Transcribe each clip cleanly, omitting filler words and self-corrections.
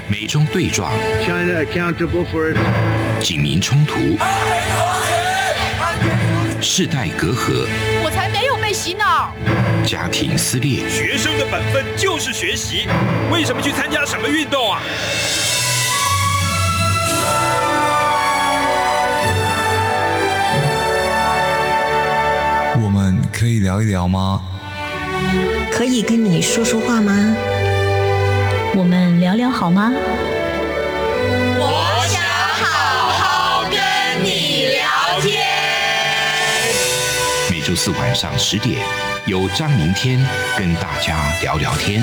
美中对撞， China accountable for it. 警民冲突，世代隔阂， 我才没有被洗脑。 家庭撕裂， 学生的本分就是学习，为什么去参加什么运动啊？ 我们可以聊一聊吗？ 可以跟你说说话吗？ 我们聊聊好吗？ 我想好好跟你聊天。 每周四晚上10点，由张明天跟大家聊聊天。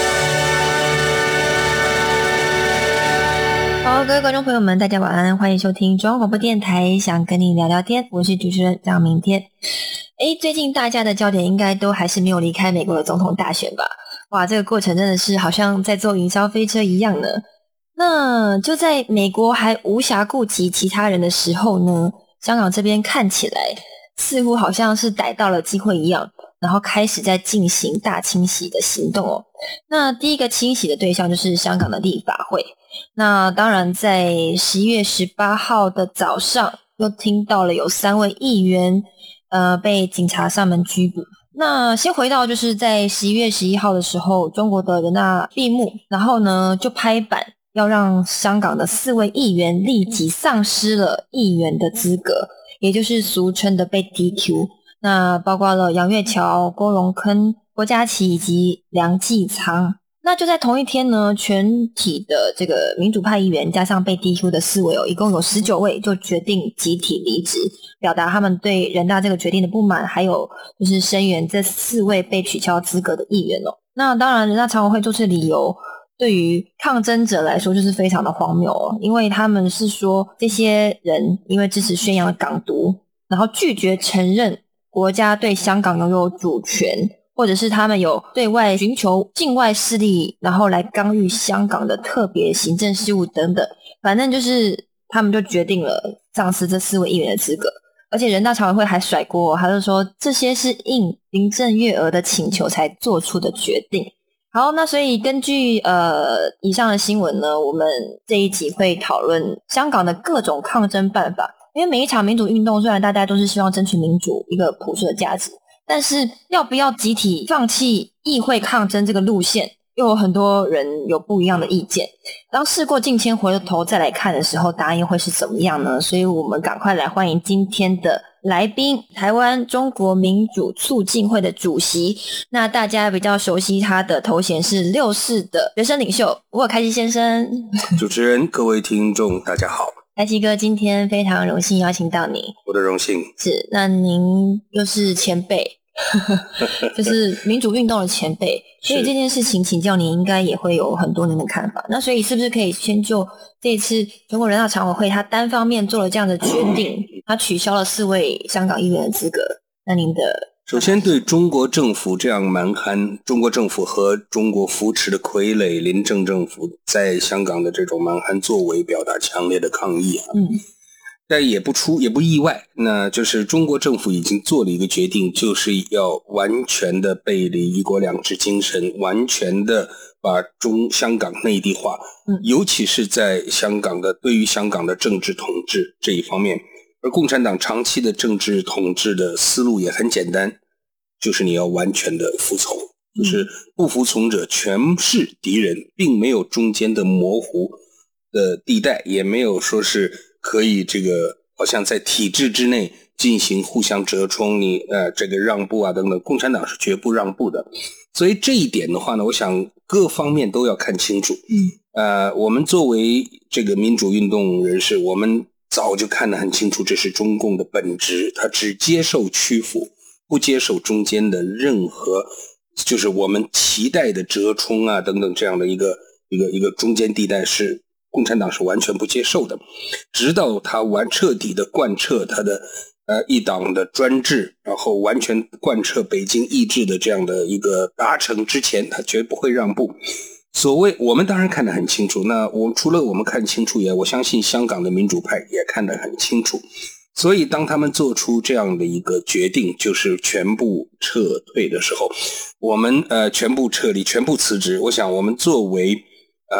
好，各位观众朋友们，大家晚安，欢迎收听中央广播电台，想跟你聊聊天，我是主持人张明天。最近大家的焦点应该都还是没有离开美国的总统大选吧？哇，这个过程真的是好像在坐云霄飞车一样呢。那就在美国还无暇顾及其他人的时候呢，香港这边看起来似乎好像是逮到了机会一样，然后开始在进行大清洗的行动哦。那第一个清洗的对象就是香港的立法会。那当然在11月18号的早上又听到了有3位议员被警察上门拘捕。那先回到就是在11月11号的时候，中国的人大闭幕，然后呢就拍板要让香港的4位议员立即丧失了议员的资格，也就是俗称的被 DQ。那包括了杨岳桥、郭荣铿、郭家麒以及梁继昌。那就在同一天呢，全体的这个民主派议员加上被 DQ 的4位一共有19位就决定集体离职，表达他们对人大这个决定的不满，还有就是声援这4位被取消资格的议员哦。那当然人大常委会做出理由对于抗争者来说就是非常的荒谬哦，因为他们是说这些人因为支持宣扬港独，然后拒绝承认国家对香港拥有主权，或者是他们有对外寻求境外势力然后来干预香港的特别行政事务等等，反正就是他们就决定了丧失这4位议员的资格。而且人大常委会还甩锅，他就说这些是应林郑月娥的请求才做出的决定。好，那所以根据以上的新闻呢，我们这一集会讨论香港的各种抗争办法。因为每一场民主运动虽然大家都是希望争取民主一个朴素的价值，但是要不要集体放弃议会抗争这个路线，又有很多人有不一样的意见。当事过境迁回头再来看的时候，答案又会是怎么样呢？所以我们赶快来欢迎今天的来宾，台湾中国民主促进会的主席。那大家比较熟悉他的头衔是64的学生领袖吴尔开基先生。 主持人，各位听众大家好。 开基哥，今天非常荣幸邀请到你。 我的荣幸。 是，那您又是前辈就是民主运动的前辈，所以这件事情请教你应该也会有很多人的看法。那所以是不是可以先就这一次中国人大常委会他单方面做了这样的决定，他取消了4位香港议员的资格，那您的首先对中国政府这样蛮横，中国政府和中国扶持的傀儡林郑政府在香港的这种蛮横作为表达强烈的抗议啊。但也不意外，那就是中国政府已经做了一个决定，就是要完全的背离一国两制精神，完全的把香港内地化，尤其是在香港的对于香港的政治统治这一方面。而共产党长期的政治统治的思路也很简单，就是你要完全的服从，就是不服从者全是敌人，并没有中间的模糊的地带，也没有说是可以这个好像在体制之内进行互相折冲，你这个让步啊等等，共产党是绝不让步的。所以这一点的话呢，我想各方面都要看清楚。我们作为这个民主运动人士，我们早就看得很清楚，这是中共的本质，他只接受屈服，不接受中间的任何就是我们期待的折冲啊等等这样的一个中间地带，是共产党是完全不接受的。直到他彻底的贯彻他的一党的专制，然后完全贯彻北京意志的这样的一个达成之前，他绝不会让步。所谓我们当然看得很清楚，那除了我们看清楚我相信香港的民主派也看得很清楚。所以当他们做出这样的一个决定，就是全部撤退的时候，我们全部撤离，全部辞职，我想我们作为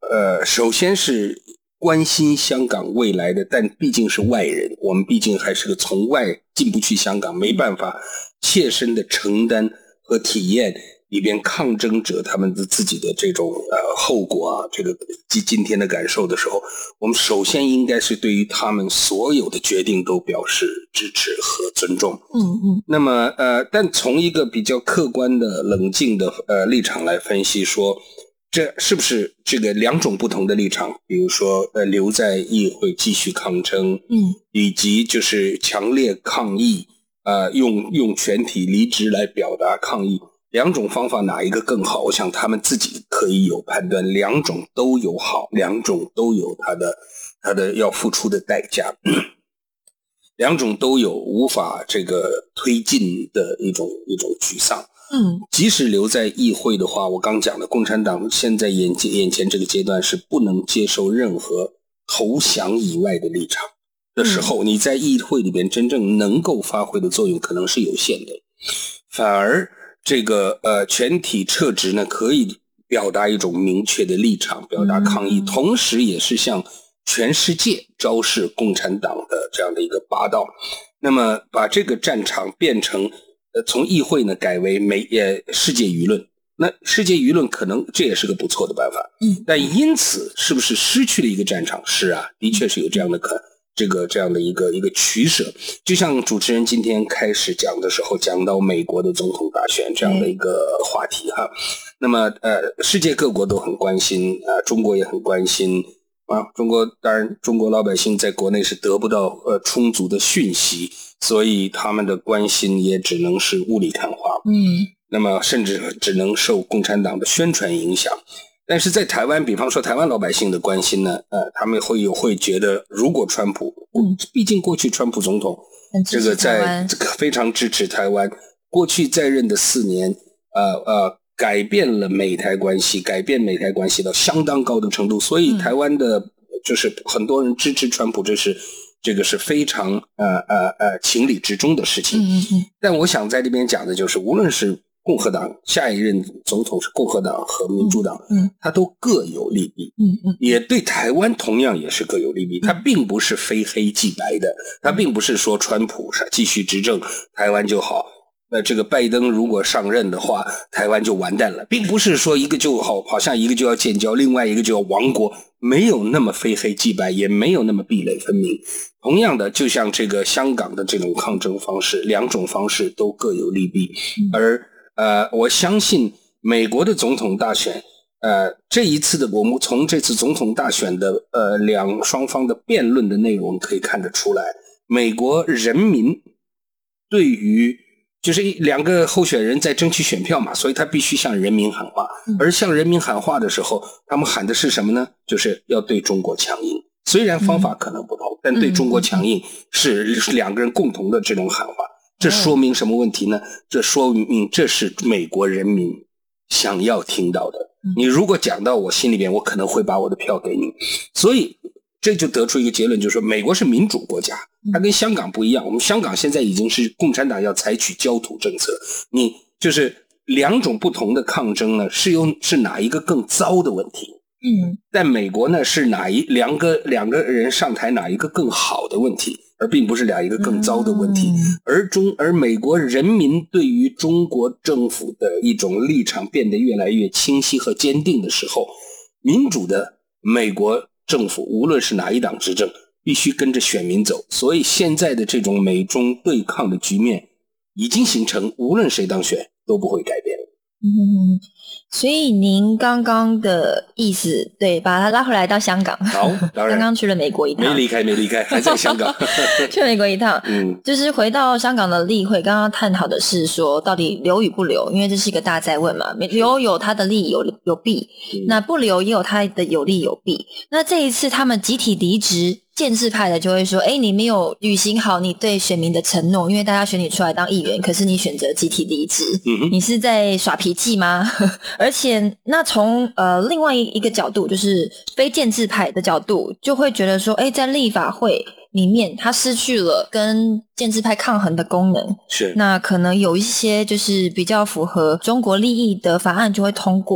首先是关心香港未来的，但毕竟是外人，我们毕竟还是个从外进不去香港，没办法切身的承担和体验里边抗争者他们的自己的这种后果啊，这个今天的感受的时候，我们首先应该是对于他们所有的决定都表示支持和尊重。那么但从一个比较客观的冷静的立场来分析说，这是不是这个两种不同的立场，比如说留在议会继续抗争，以及就是强烈抗议，用全体离职来表达抗议，两种方法哪一个更好？我想他们自己可以有判断，两种都有好，两种都有他的要付出的代价，两种都有无法这个推进的一种沮丧。即使留在议会的话，我刚讲的共产党现在眼前这个阶段是不能接受任何投降以外的立场的时候，你在议会里边真正能够发挥的作用可能是有限的，反而这个全体撤职呢，可以表达一种明确的立场，表达抗议，同时也是向全世界昭示共产党的这样的一个霸道。那么把这个战场变成从议会呢改为世界舆论，那世界舆论可能这也是个不错的办法。但因此是不是失去了一个战场？是啊，的确是有这样的这样的一个取舍。就像主持人今天开始讲的时候讲到美国的总统大选这样的一个话题哈，那么世界各国都很关心中国也很关心当然中国老百姓在国内是得不到充足的讯息，所以他们的关心也只能是雾里看花。那么甚至只能受共产党的宣传影响。但是在台湾，比方说台湾老百姓的关心呢，他们会觉得，如果川普，毕竟过去川普总统这个在非常支持台湾，过去在任的4年，改变了美台关系，改变美台关系到相当高的程度，所以台湾的就是很多人支持川普，这个是非常情理之中的事情。但我想在这边讲的就是，无论是共和党下一任总统是共和党和民主党，他都各有利弊，也对台湾同样也是各有利弊。他并不是非黑即白的，他并不是说川普继续执政台湾就好，那这个拜登如果上任的话，台湾就完蛋了，并不是说一个就好像一个就要建交，另外一个就要亡国，没有那么非黑即白，也没有那么壁垒分明。同样的，就像这个香港的这种抗争方式，两种方式都各有利弊。而我相信美国的总统大选，这一次的我们从这次总统大选的双方的辩论的内容可以看得出来，美国人民对于就是两个候选人在争取选票嘛，所以他必须向人民喊话。而向人民喊话的时候，他们喊的是什么呢？就是要对中国强硬。虽然方法可能不同，但对中国强硬是两个人共同的这种喊话。这说明什么问题呢？这说明这是美国人民想要听到的。你如果讲到我心里边，我可能会把我的票给你。所以这就得出一个结论，就是说美国是民主国家，它跟香港不一样。我们香港现在已经是共产党要采取焦土政策，你就是两种不同的抗争呢，是哪一个更糟的问题。但美国呢是两个人上台哪一个更好的问题，而并不是一个更糟的问题。而美国人民对于中国政府的一种立场变得越来越清晰和坚定的时候，民主的美国政府无论是哪一党执政，必须跟着选民走。所以现在的这种美中对抗的局面已经形成，无论谁当选都不会改变。 所以您刚刚的意思，对，把他拉回来到香港。 好，当然刚刚去了美国一趟， 没离开，还在香港。 去美国一趟，就是回到香港的例会，刚刚探讨的是说，到底留与不留，因为这是一个大哉问嘛。留有它的利有弊，那不留也有它的有利有弊。那这一次他们集体离职，建制派的就会说，你没有履行好你对选民的承诺，因为大家选你出来当议员，可是你选择集体离职，你是在耍脾气吗？而且那从另外一个角度，就是非建制派的角度，就会觉得说，在立法会里面它失去了跟建制派抗衡的功能， 是那可能有一些就是比较符合中国利益的法案就会通过。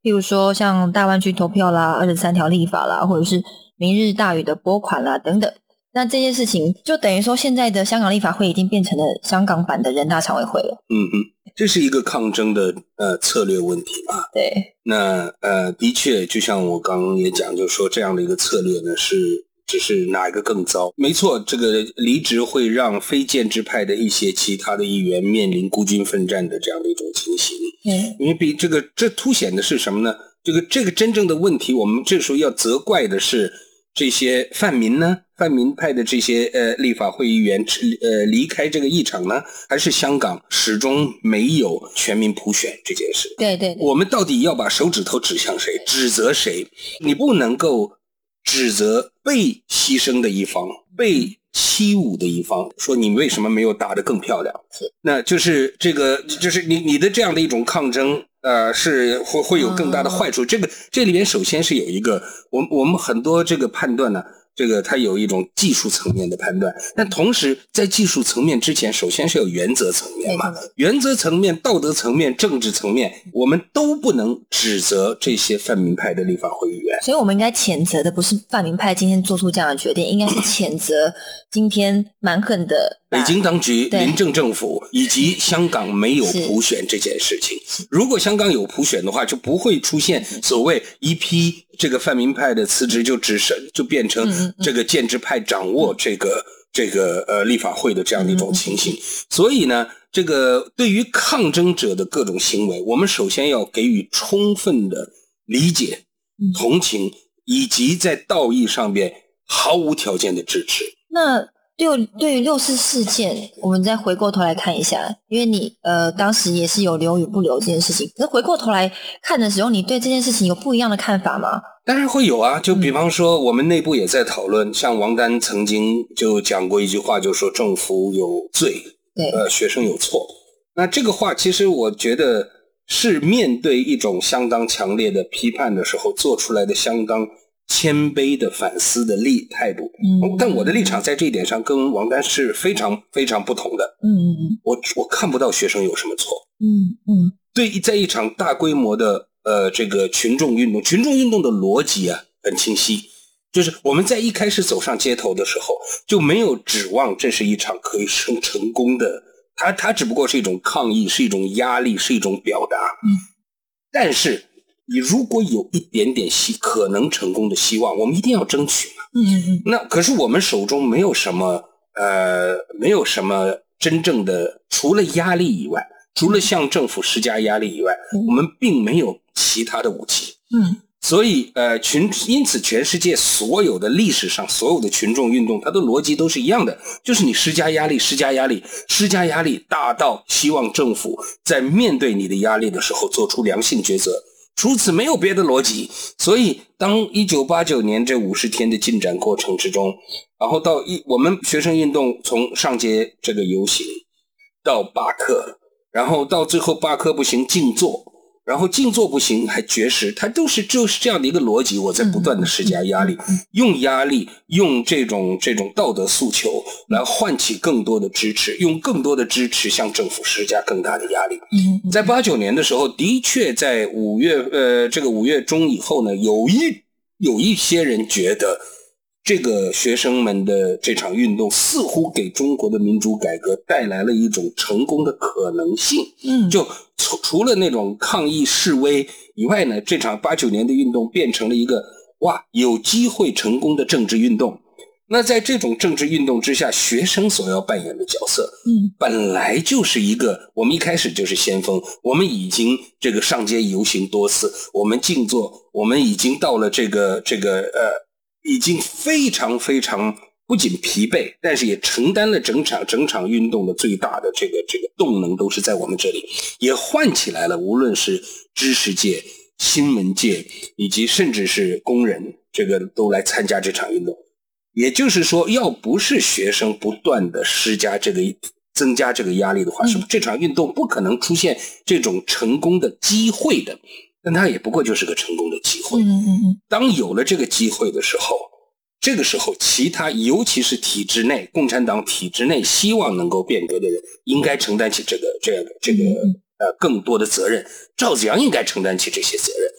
譬如说像大湾区投票啦、23条立法啦，或者是明日大屿的拨款啦等等。那这件事情就等于说现在的香港立法会已经变成了香港版的人大常委会了。 这是一个抗争的策略问题嘛。 对。 那的确就像我刚刚也讲，就是说这样的一个策略呢只是哪一个更糟？没错，这个离职会让非建制派的一些其他的议员面临孤军奋战的这样的一种情形。因为这凸显的是什么呢？这个真正的问题，我们这时候要责怪的是这些泛民派的这些立法会议员离开这个议场呢，还是香港始终没有全民普选这件事？ 对， 我们到底要把手指头指向谁？指责谁？你不能够指责被牺牲的一方，被欺侮的一方，说你为什么没有打得更漂亮？那就是就是你的这样的一种抗争，是会有更大的坏处。这里面首先是有一个，我们很多这个判断呢，这个它有一种技术层面的判断，但同时在技术层面之前，首先是有原则层面嘛。原则层面、道德层面、政治层面，我们都不能指责这些泛民派的立法会议员。 所以我们应该谴责的不是泛民派今天做出这样的决定，应该是谴责今天蛮横的北京当局、临政政府以及香港没有普选这件事情。如果香港有普选的话，就不会出现所谓一批这个泛民派的辞职就变成这个建制派掌握这个立法会的这样的一种情形。所以呢，这个对于抗争者的各种行为，我们首先要给予充分的理解、同情，以及在道义上面毫无条件的支持。 那对于6·4事件，我们再回过头来看一下，因为你当时也是有留与不留这件事情，可是回过头来看的时候，你对这件事情有不一样的看法吗？ 当然会有啊，就比方说我们内部也在讨论，像王丹曾经就讲过一句话，就说政府有罪，学生有错。那这个话其实我觉得是面对一种相当强烈的批判的时候做出来的相当谦卑的反思的态度。但我的立场在这一点上跟王丹是非常非常不同的。我看不到学生有什么错。对，在一场大规模的这个群众运动的逻辑啊很清晰，就是我们在一开始走上街头的时候就没有指望这是一场可以成功的，它只不过是一种抗议，是一种压力，是一种表达。但是你如果有一点点可能成功的希望，我们一定要争取嘛。那可是我们手中没有什么真正的，除了压力以外，除了向政府施加压力以外，我们并没有其他的武器。所以因此全世界所有的历史上所有的群众运动，它的逻辑都是一样的，就是你施加压力大到希望政府在面对你的压力的时候做出良性抉择，除此没有别的逻辑。所以当1989年这50天的进展过程之中，然后到我们学生运动从上街这个游行到罢课，然后到最后罢课不行静坐，然后静坐不行还绝食，它就是这样的一个逻辑。我在不断的施加压力，用压力，用这种道德诉求来唤起更多的支持，用更多的支持向政府施加更大的压力。在89年的时候，的确在5月中以后呢，有一些人觉得这个学生们的这场运动似乎给中国的民主改革带来了一种成功的可能性。就除了那种抗议示威以外呢，这场89年的运动变成了一个有机会成功的政治运动。那在这种政治运动之下，学生所要扮演的角色本来就是一个，我们一开始就是先锋，我们已经这个上街游行多次，我们静坐，我们已经到了已经非常非常不仅疲惫，但是也承担了整场运动的最大的这个动能都是在我们这里，也唤起来了无论是知识界、新闻界以及甚至是工人，这个都来参加这场运动。也就是说，要不是学生不断的增加这个压力的话，是这场运动不可能出现这种成功的机会的。但它也不过就是个成功的机会。当有了这个机会的时候，这个时候其他尤其是体制内，共产党体制内希望能够变革的人应该承担起这个更多的责任。赵紫阳应该承担起这些责任，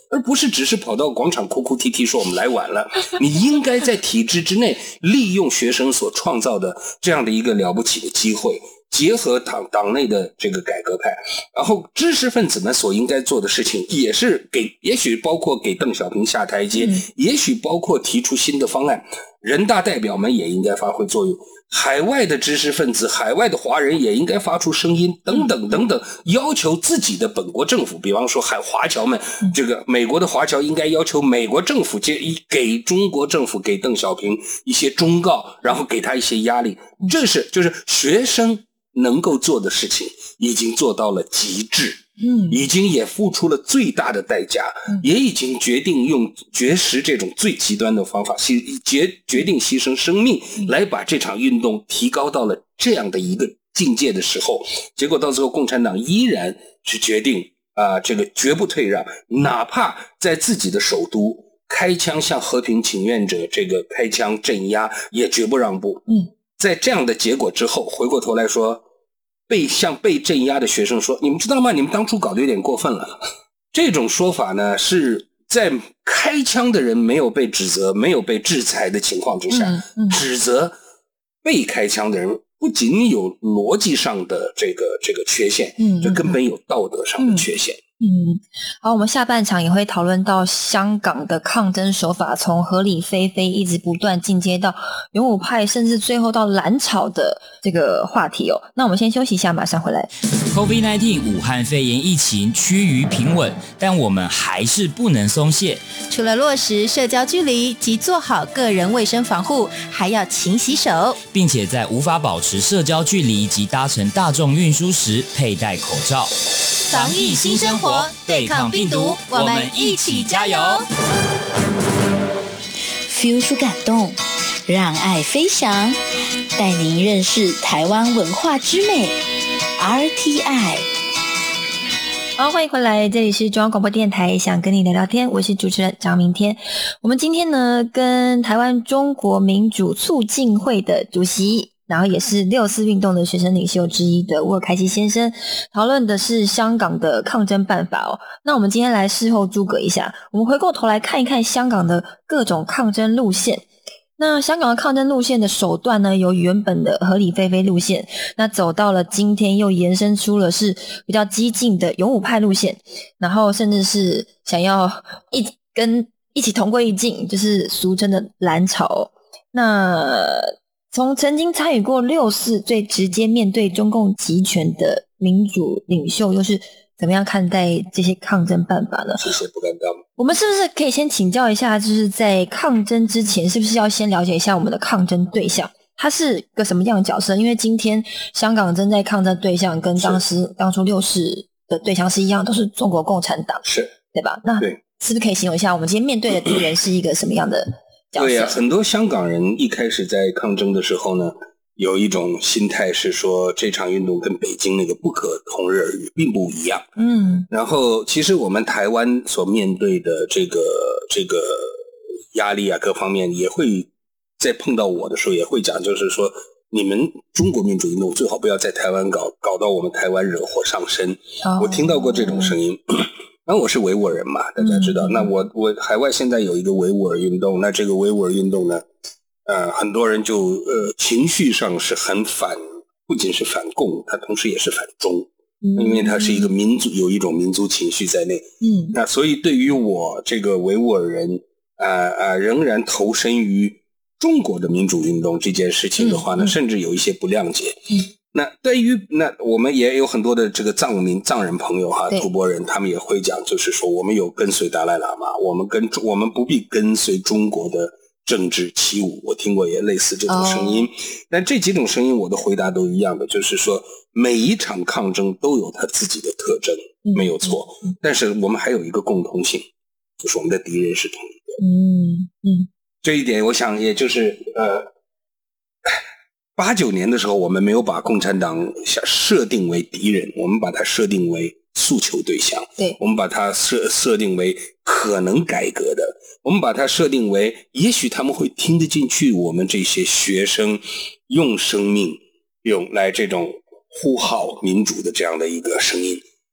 而不是只是跑到广场哭哭啼啼说我们来晚了。你应该在体制之内利用学生所创造的这样的一个了不起的机会，结合党内的这个改革派，然后知识分子们所应该做的事情也是也许包括给邓小平下台阶，也许包括提出新的方案，人大代表们也应该发挥作用，海外的知识分子、海外的华人也应该发出声音，等等等等，要求自己的本国政府，比方说华侨们，这个美国的华侨应该要求美国政府给中国政府、给邓小平一些忠告，然后给他一些压力。这就是学生能够做的事情已经做到了极致，已经也付出了最大的代价，也已经决定用绝食这种最极端的方法，决定牺牲生命来把这场运动提高到了这样的一个境界的时候，结果到最后共产党依然是决定这个绝不退让，哪怕在自己的首都开枪向和平请愿者这个开枪镇压，也绝不让步。在这样的结果之后，回过头来说，向被镇压的学生说，你们知道吗？你们当初搞得有点过分了。这种说法呢，是在开枪的人没有被指责、没有被制裁的情况之下，指责被开枪的人不仅有逻辑上的这个缺陷，这根本有道德上的缺陷。 好，我们下半场也会讨论到香港的抗争手法，从合理非非一直不断进阶到勇武派，甚至最后到蓝草的这个话题哦。那我们先休息一下，马上回来。 COVID-19 武汉肺炎疫情趋于平稳，但我们还是不能松懈。 除了落实社交距离及做好个人卫生防护，还要勤洗手， 并且在无法保持社交距离及搭乘大众运输时佩戴口罩。 防疫新生活，对抗病毒，我们一起加油。 feel 出感动，让爱飞翔，带您认识台湾文化之美。RTI。 好，欢迎回来，这里是中央广播电台，想跟你聊聊天，我是主持人张明天。我们今天呢，跟台湾中国民主促进会的主席，然后也是6·4运动的学生领袖之一的乌尔凯西先生，讨论的是香港的抗争办法哦。那我们今天来事后诸葛一下，我们回过头来看一看香港的各种抗争路线。那香港的抗争路线的手段呢，由原本的合理非非路线，那走到了今天又延伸出了是比较激进的勇武派路线，然后甚至是想要一起同归于尽，就是俗称的蓝潮。那从曾经参与过6·4最直接面对中共集权的民主领袖，又是怎么样看待这些抗争办法呢？ 谢谢，不敢当。 我们是不是可以先请教一下，就是在抗争之前，是不是要先了解一下我们的抗争对象，他是个什么样的角色？因为今天香港正在抗争对象跟当初6·4的对象是一样，都是中国共产党， 是， 对吧？那对， 是不是可以形容一下我们今天面对的敌人是一个什么样的角色？ 对呀，很多香港人一开始在抗争的时候呢，有一种心态是说这场运动跟北京那个不可同日而语，并不一样。然后其实我们台湾所面对的这个压力啊，各方面也会在碰到我的时候也会讲，就是说你们中国民主运动最好不要在台湾搞到我们台湾惹祸上身。我听到过这种声音。然后我是维吾尔人嘛，大家知道。那我海外现在有一个维吾尔运动，那这个维吾尔运动呢，很多人就情绪上是很不仅是反共，它同时也是反中，因为它是一个民族，有一种民族情绪在内。那所以对于我这个维吾尔人仍然投身于中国的民主运动这件事情的话呢，甚至有一些不谅解。那对于我们也有很多的这个藏人朋友哈，吐蕃人，他们也会讲，就是说我们有跟随达赖喇嘛，我们不必跟随中国的政治起舞。我听过也类似这种声音，但这几种声音我的回答都一样的，就是说每一场抗争都有它自己的特征，没有错。但是我们还有一个共同性，就是我们的敌人是同一个。这一点我想也就是89年的时候，我们没有把共产党设定为敌人，我们把它设定为诉求对象。对，我们把它设定为可能改革的，我们把它设定为也许他们会听得进去我们这些学生用生命用来这种呼号民主的这样的一个声音。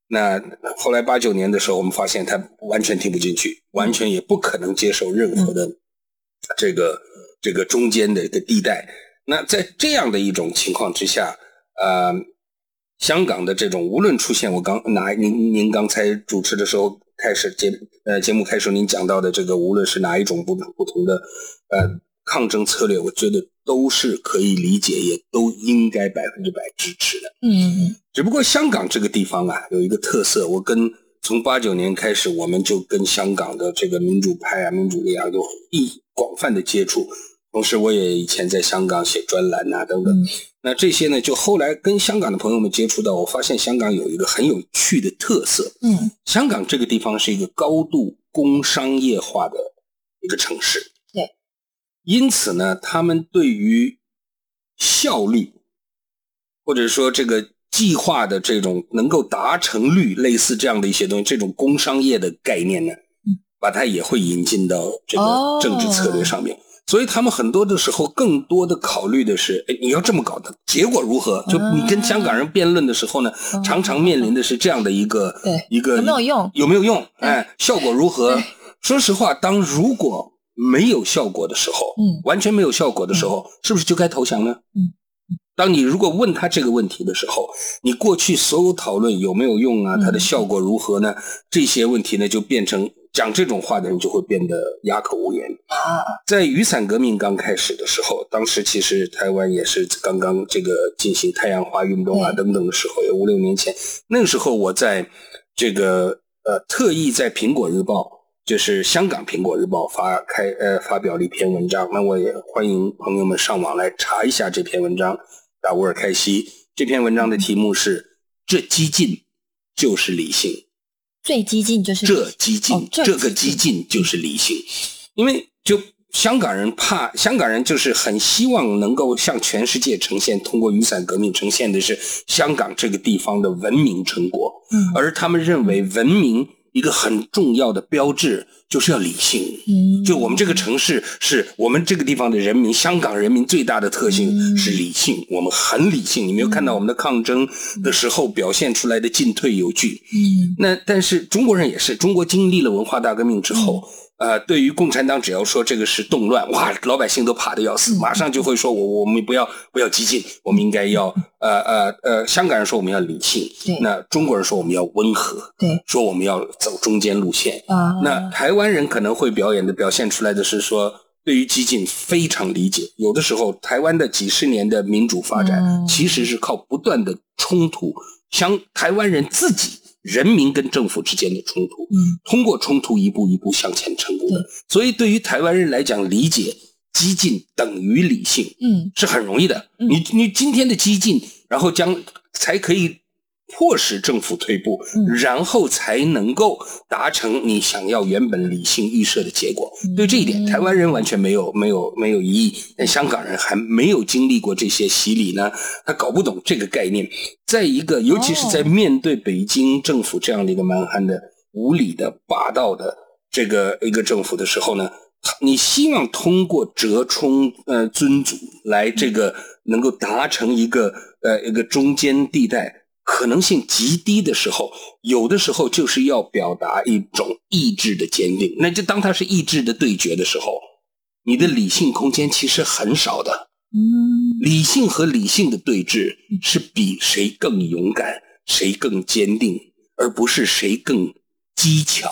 那后来89年的时候，我们发现他完全听不进去，完全也不可能接受任何的这个中间的一个地带。那在这样的一种情况之下，香港的这种无论出现您刚才主持的时候开始节目开始您讲到的这个，无论是哪一种不同的抗争策略，我觉得都是可以理解，也都应该100%支持的。只不过香港这个地方啊有一个特色，从89年开始，我们就跟香港的这个民主派啊、民主力量都广泛的接触。同时我也以前在香港写专栏啊等等，那这些呢就后来跟香港的朋友们接触到，我发现香港有一个很有趣的特色。香港这个地方是一个高度工商业化的一个城市， 对， 因此呢他们对于效率或者说这个计划的这种能够达成率类似这样的一些东西，这种工商业的概念呢，把它也会引进到这个政治策略上面。所以他们很多的时候更多的考虑的是，你要这么搞的结果如何？就你跟香港人辩论的时候呢，常常面临的是这样的一个有没有用？效果如何？说实话，如果没有效果的时候，完全没有效果的时候，是不是就该投降呢？当你如果问他这个问题的时候，你过去所有讨论有没有用啊，它的效果如何呢？这些问题呢就变成讲这种话的人就会变得哑口无言。在雨伞革命刚开始的时候，当时其实台湾也是刚刚这个进行太阳花运动啊等等的时候，有5-6年前，那个时候我在这个特意在苹果日报，就是香港苹果日报发表了一篇文章，那我也欢迎朋友们上网来查一下这篇文章。达乌尔开西这篇文章的题目是这激进就是理性， 最激进就是这激进，这个激进就是理性。因为就香港人就是很希望能够向全世界呈现，通过雨伞革命呈现的是香港这个地方的文明成果，而他们认为文明一个很重要的标志就是要理性。就我们这个城市是我们这个地方的人民，香港人民最大的特性是理性，我们很理性。你没有看到我们的抗争的时候表现出来的进退有据。那但是中国人也是，中国经历了文化大革命之后，对于共产党只要说这个是动乱，哇，老百姓都怕得要死，马上就会说我们不要激进，我们应该要香港人说我们要理性，那中国人说我们要温和，对，说我们要走中间路线。那台湾人可能会表现出来的是说，对于激进非常理解，有的时候台湾的几十年的民主发展其实是靠不断的冲突，像台湾人自己人民跟政府之间的冲突，通过冲突一步一步向前成功的。所以对于台湾人来讲，理解激进等于理性，是很容易的。你今天的激进，然后才可以迫使政府退步，然后才能够达成你想要原本理性预设的结果。对这一点，台湾人完全没有异议，但香港人还没有经历过这些洗礼呢，他搞不懂这个概念。在一个尤其是在面对北京政府这样的一个蛮横的、无理的、霸道的这个一个政府的时候呢，你希望通过折冲尊主来这个能够达成一个中间地带，可能性极低的时候，有的时候就是要表达一种意志的坚定。那就当它是意志的对决的时候，你的理性空间其实很少的。理性和理性的对峙是比谁更勇敢，谁更坚定，而不是谁更机巧。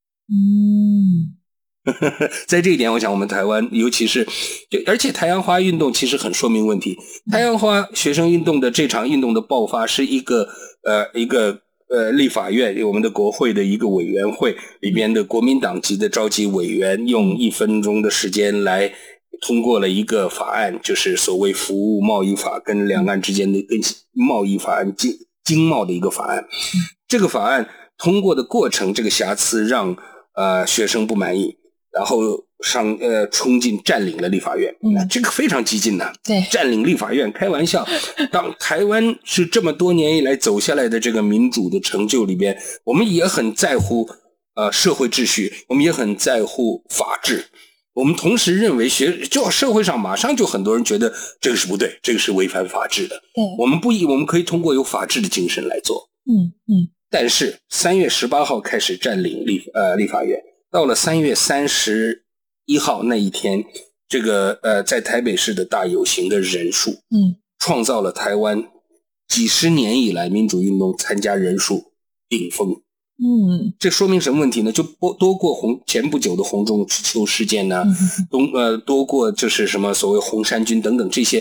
在这一点，我想我们台湾，尤其是而且太阳花运动其实很说明问题。太阳花学生运动的这场运动的爆发是一个立法院，我们的国会的一个委员会里边的国民党籍的召集委员用1分钟的时间来通过了一个法案，就是所谓服务贸易法跟两岸之间的跟贸易法案经贸的一个法案。这个法案通过的过程，这个瑕疵让学生不满意，然后冲进占领了立法院。这个非常激进的，对，占领立法院，开玩笑。当台湾是这么多年以来走下来的这个民主的成就里边，我们也很在乎社会秩序，我们也很在乎法治。我们同时认为就社会上马上就很多人觉得这个是不对，这个是违反法治的。对，我们可以通过有法治的精神来做。 但是3月18号开始占领立法院，到了3月31号那一天，这个在台北市的大游行的人数，创造了台湾几十年以来民主运动参加人数顶峰。这说明什么问题呢？就多过前不久的洪仲丘事件呢，多过就是什么所谓红衫军等等这些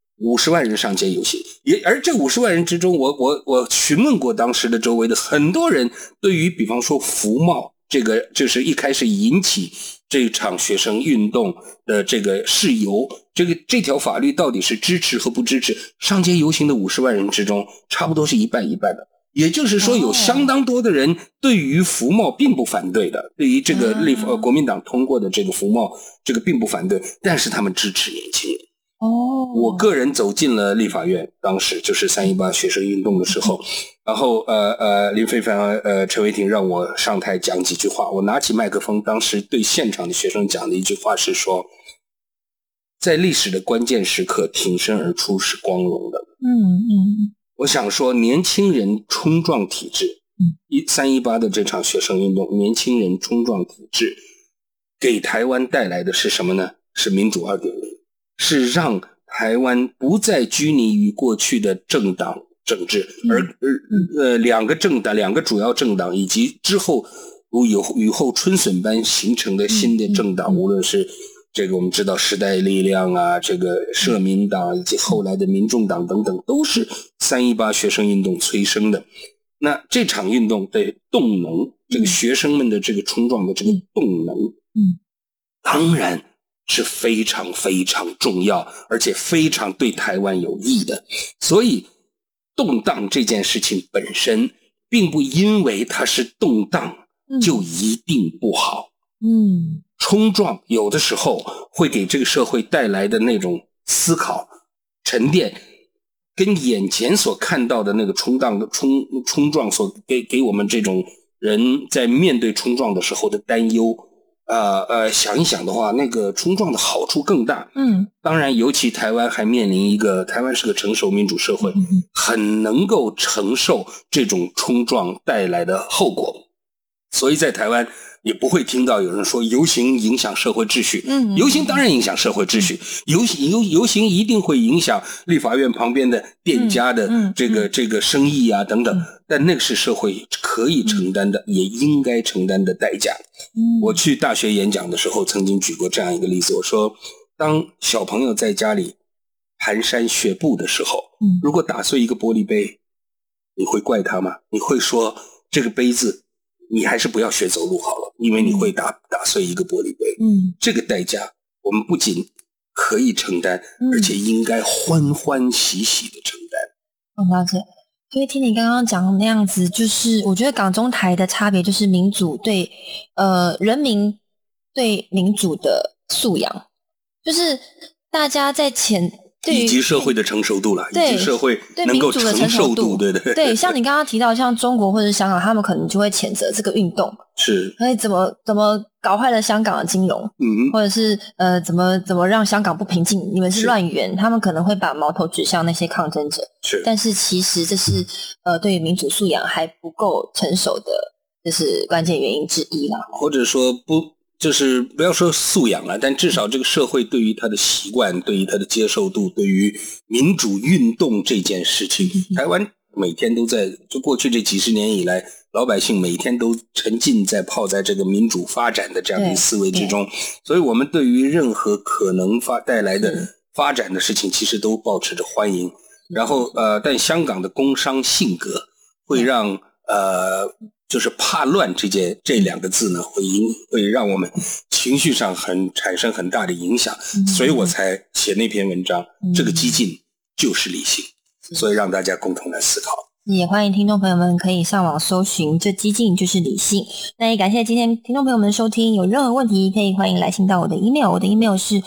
50万人上街游行，而这50万人之中，我询问过当时的周围的很多人，对于比方说服贸这个就是一开始引起这场学生运动的这个事由，这条法律到底是支持和不支持？上街游行的50万人之中，差不多是一半一半的。也就是说，有相当多的人对于服贸并不反对的，对于这个国民党通过的这个服贸这个并不反对，但是他们支持年轻人。我个人走进了立法院，当时就是318学生运动的时候，然后林飞帆陈伟霆让我上台讲几句话，我拿起麦克风，当时对现场的学生讲的一句话是说，在历史的关键时刻挺身而出是光荣的。我想说，年轻人冲撞体制，318的这场学生运动，年轻人冲撞体制，给台湾带来的是什么呢？是民主 2.0， 是让台湾不再拘泥于过去的政党政治，而两个主要政党以及之后如雨后春笋般形成的新的政党，无论是这个我们知道时代力量啊，这个社民党以及后来的民众党等等，都是318学生运动催生的。那这场运动的动能，这个学生们的这个冲撞的这个动能，当然是非常非常重要，而且非常对台湾有益的。所以动荡这件事情本身并不因为它是动荡就一定不好。冲撞有的时候会给这个社会带来的那种思考沉淀，跟眼前所看到的那个冲撞所给我们这种人在面对冲撞的时候的担忧，想一想的话，那个冲撞的好处更大。当然尤其台湾还面临台湾是个成熟民主社会，很能够承受这种冲撞带来的后果，所以在台湾也不会听到有人说游行影响社会秩序。游行当然影响社会秩序，游行一定会影响立法院旁边的店家的这个生意啊等等，但那个是社会可以承担的，也应该承担的代价。我去大学演讲的时候曾经举过这样一个例子，我说当小朋友在家里蹒跚学步的时候，如果打碎一个玻璃杯，你会怪他吗？你会说这个杯子你还是不要学走路好了，因为你会打碎一个玻璃杯。这个代价我们不仅可以承担，而且应该欢欢喜喜的承担。 了解。所以听你刚刚讲的那样子，就是我觉得港中台的差别就是民主对人民对民主的素养，就是大家在以及社会的成熟度了，以及社会能够承受度，对， 像你刚刚提到，像中国或者香港，他们可能就会谴责这个运动， 是， 所以怎么搞坏了香港的金融，或者是怎么让香港不平静，你们是乱源，他们可能会把矛头指向那些抗争者， 是， 但是其实这是对于民主素养还不够成熟的，这是关键原因之一啦， 或者说就是不要说素养了，但至少这个社会对于他的习惯，对于他的接受度，对于民主运动这件事情，台湾每天都在，就过去这几十年以来，老百姓每天都沉浸在泡在这个民主发展的这样的思维之中，所以我们对于任何可能带来的发展的事情，其实都抱持着欢迎。然后但香港的工商性格会让就是怕乱这两个字呢，会让我们情绪上产生很大的影响，所以我才写那篇文章，这个激进就是理性，所以让大家共同来思考。 也欢迎听众朋友们可以上网搜寻这激进就是理性。那也感谢今天听众朋友们的收听，有任何问题可以欢迎来信到我的 email， 我的 email 是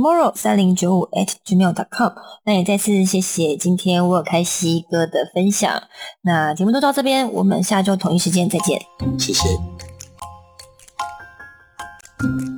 tomorrow3095@gmail.com。 那也再次谢谢今天沃尔开西哥的分享，那节目就到这边，我们下周同一时间再见， 谢谢。